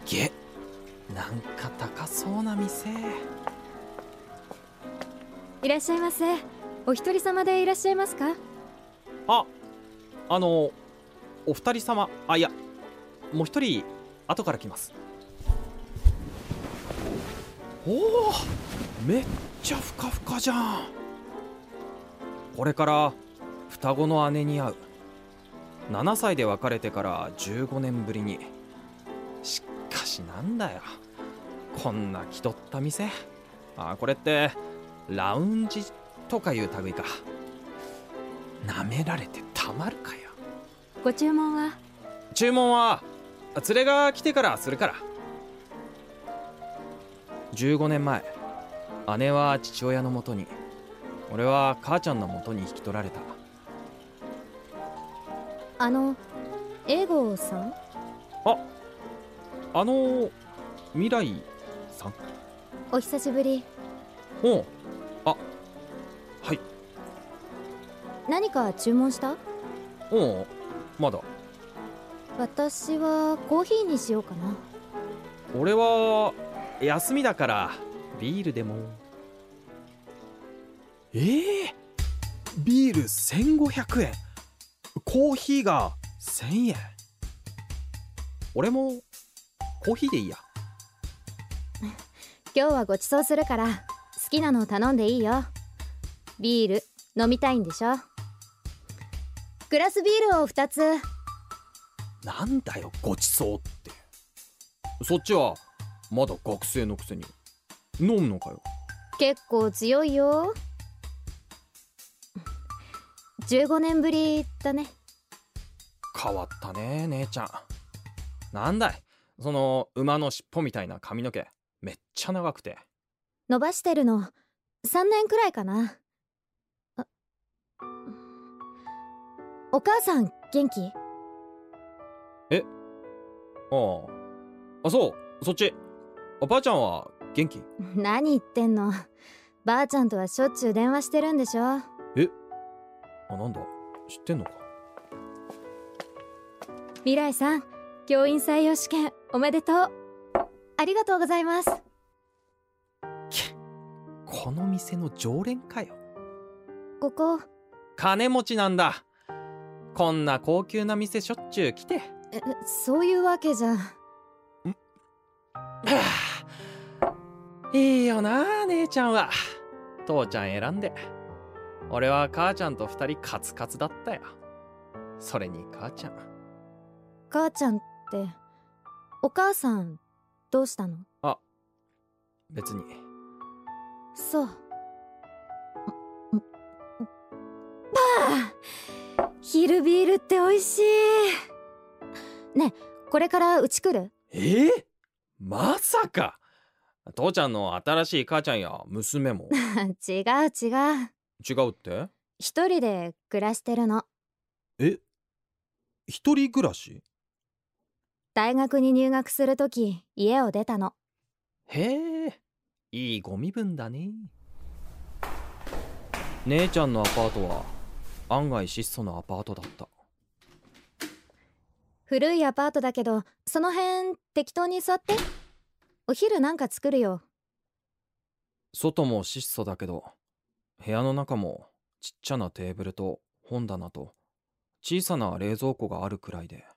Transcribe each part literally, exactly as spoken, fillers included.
げ、なんか高そうな店。 いらっしゃいませ。お一人様でいらっしゃいますか？ あ、あのお二人様、あ、いや、もう一人後から来ます。おお、めっちゃふかふかじゃん。これから双子の姉に会う。ななさいで別れてからじゅうごねんぶりに。しかしなんだよ、こんな気取った店。あ、これってラウンジとかいう類か。なめられてたまるかよ。 ご注文は？ 注文は連れが来てからするから。じゅうごねんまえ、姉は父親のもとに、俺は母ちゃんのもとに引き取られた。 あのエゴさん？ あ、あの未来さん。 お久しぶり。 おう、あ、はい。 何か注文した？ おう、まだ。 私はコーヒーにしようかな。 俺は休みだからビールでも。えー、ビールせんごひゃくえん、コーヒーがせんえん。俺もコーヒーでいいや。 今日はごちそうするから好きなのを頼んでいいよ。ビール飲みたいんでしょ？グラスビールをふたつ。 なんだよごちそうって。そっちはまだ学生のくせに飲むのかよ。 結構強いよ。じゅうごねんぶりだね。 変わったね姉ちゃん。なんだいその馬の尻尾みたいな髪の毛、めっちゃ長くて。 伸ばしてるのさんねんくらいかな。あ、お母さん元気？ え、ああ、あ、そう、そっちおばあちゃんは元気？ 何言ってんの。ばあちゃんとはしょっちゅう電話してるんでしょ。 え、あ、なんだ知ってんのか。 未来さん、教員採用試験おめでとう。ありがとうございます。 この店の常連かよ。 ここ金持ちなんだ。こんな高級な店しょっちゅう来て。 え、そういうわけじゃ。んいいよな姉ちゃんは。父ちゃん選んで。俺は母ちゃんと二人カツカツだったよ。それに母ちゃん。 母ちゃんってお母さんどうしたの？ あ、別に。 そう。ばあ、昼ビールって美味しい。ねえ、これからうち来る？ えー、まさか。父ちゃんの新しい母ちゃんや娘も。 違う違う。 違うって？ 一人で暮らしてるの。 え、一人暮らし？ 大学に入学するとき家を出たの。 へえ、いいご身分だね。姉ちゃんのアパートは案外質素なアパートだった。 古いアパートだけどその辺適当に座って。お昼なんか作るよ。 外も質素だけど部屋の中もちっちゃなテーブルと本棚と小さな冷蔵庫があるくらいで。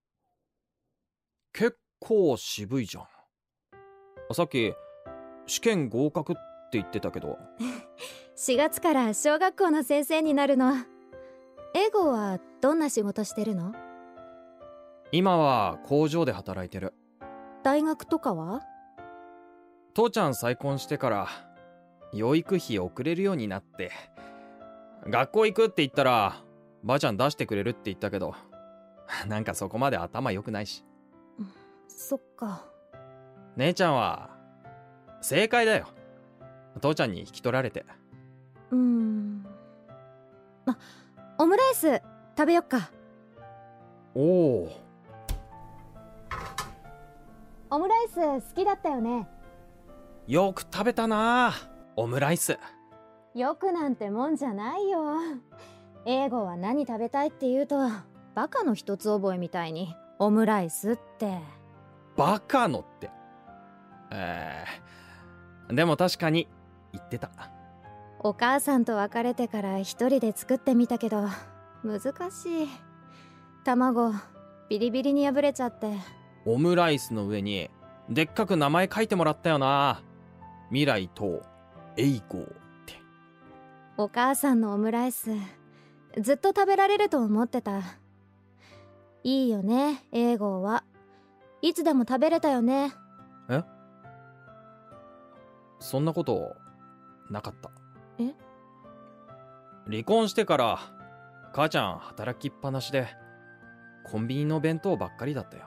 結構渋いじゃん。さっき試験合格って言ってたけど。 しがつから小学校の先生になるの。英語はどんな仕事してるの？ 今は工場で働いてる。 大学とかは？ 父ちゃん再婚してから養育費送れるようになって、学校行くって言ったらばあちゃん出してくれるって言ったけど、なんかそこまで頭良くないし。 そっか。 姉ちゃんは正解だよ。父ちゃんに引き取られて。 うーん。あ、オムライス食べよっか。 おお。 オムライス好きだったよね。 よく食べたなオムライス。 よくなんてもんじゃないよ。英語は何食べたいって言うとバカの一つ覚えみたいにオムライスって。 バカのって。えー、でも確かに言ってた。 お母さんと別れてから一人で作ってみたけど難しい。卵ビリビリに破れちゃって。 オムライスの上にでっかく名前書いてもらったよな。未来と栄光って。 お母さんのオムライスずっと食べられると思ってた。いいよね、栄光はいつでも食べれたよね。 え？そんなことなかった。 え？ 離婚してから母ちゃん働きっぱなしでコンビニの弁当ばっかりだったよ。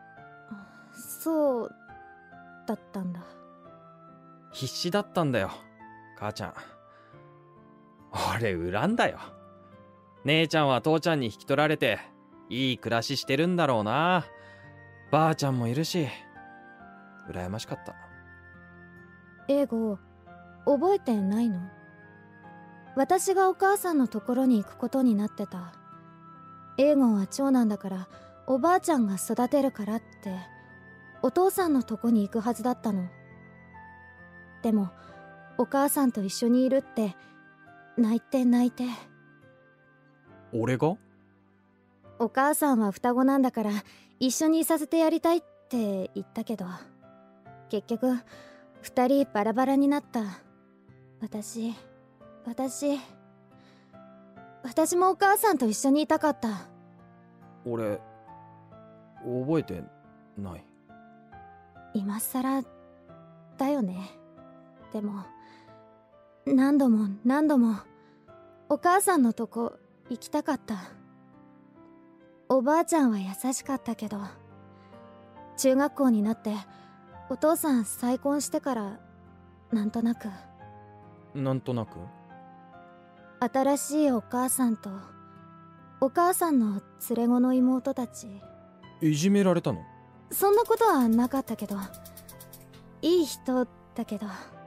そうだったんだ。 必死だったんだよ母ちゃん。俺恨んだよ。姉ちゃんは父ちゃんに引き取られていい暮らししてるんだろうな。ばあちゃんもいるし羨ましかった。 英語覚えてないの？私がお母さんのところに行くことになってた。英語は長男だからおばあちゃんが育てるからってお父さんのとこに行くはずだったの。でもお母さんと一緒にいるって泣いて泣いて。 俺が？ お母さんは双子なんだから一緒にいさせてやりたいって言ったけど結局二人バラバラになった。私私私もお母さんと一緒にいたかった。 俺覚えてない。 今さらだよね。でも何度も何度もお母さんのとこ行きたかった。おばあちゃんは優しかったけど中学校になってお父さん再婚してからなんとなくなんとなく新しいお母さんとお母さんの連れ子の妹たち。 いじめられたの？ そんなことはなかったけどいい人だけど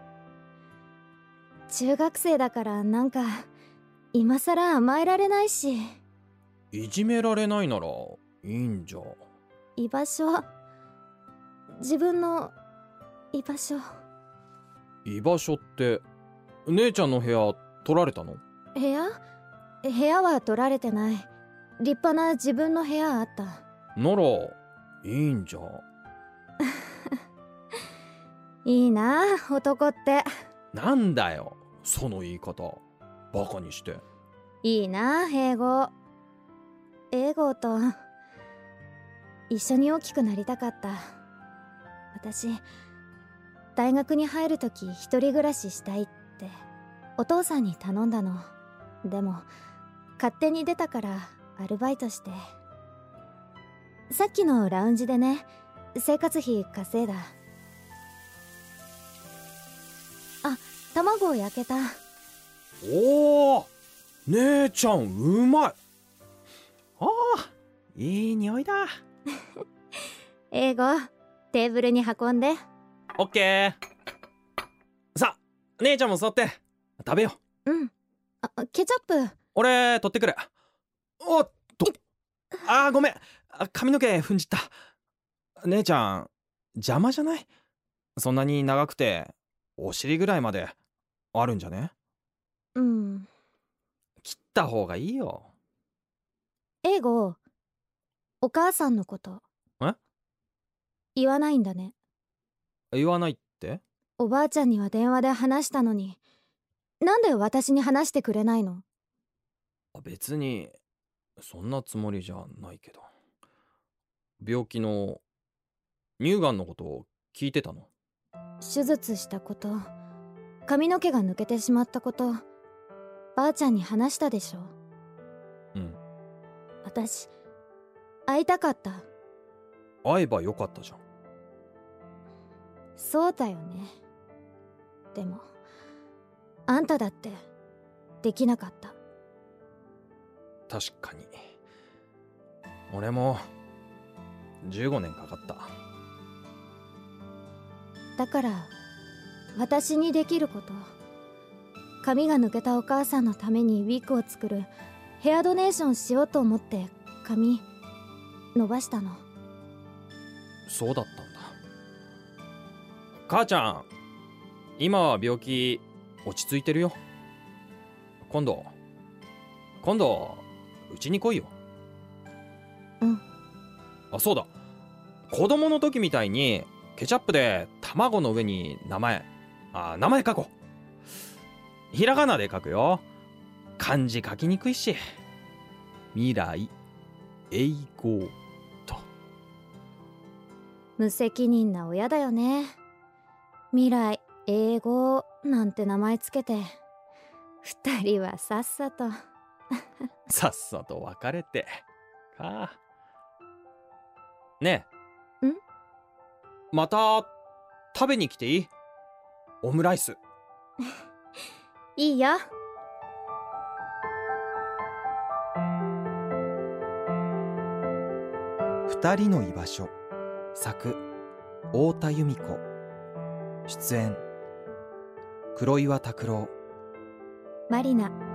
中学生だからなんか今さら甘えられないし。 いじめられないならいいんじゃ。 居場所自分の居場所。 居場所って姉ちゃんの部屋取られたの？ 部屋部屋は取られてない。立派な自分の部屋あった。 ならいいんじゃ。 いいな男って。 なんだよその言い方バカにして。 いいな英語英語と一緒に大きくなりたかった。私大学に入るとき一人暮らししたいってお父さんに頼んだの。でも勝手に出たからアルバイトして。さっきのラウンジでね生活費稼いだ。あ、卵焼けた。 おお姉ちゃんうまい。ああいい匂いだ。 英語テーブルに運んで。 オッケー。さあ姉ちゃんも座って食べよう。うん。あ、ケチャップ俺取ってくる。おっとあーごめん髪の毛踏んじった。姉ちゃん邪魔じゃない？そんなに長くてお尻ぐらいまであるんじゃね？ うん。 切った方がいいよ。 英語お母さんのことえ？ 言わないんだね。 言わないって？ おばあちゃんには電話で話したのになんで私に話してくれないの？ 別にそんなつもりじゃないけど。病気の乳がんのことを聞いてたの？ 手術したこと髪の毛が抜けてしまったことばあちゃんに話したでしょ？ うん。 私会いたかった。 会えばよかったじゃん。 そうだよね。でもあんただってできなかった。 確かに俺もじゅうごねんかかった。 だから私にできること、髪が抜けたお母さんのためにウィッグを作るヘアドネーションしようと思って髪伸ばしたの。 そうだったんだ。 母ちゃん、今は病気落ち着いてるよ。今度今度うちに来いよ。 うん。 あ、そうだ、子供の時みたいにケチャップで卵の上に名前あ名前書こう。ひらがなで書くよ。漢字書きにくいし。未来永劫と。 無責任な親だよね。未来英語なんて名前つけて、二人はさっさとさっさと別れてか。ねえ、 んまた食べに来ていい？オムライス。 いいよ。 二人の居場所。作太田由美子。出演黒岩拓郎、 マリナ。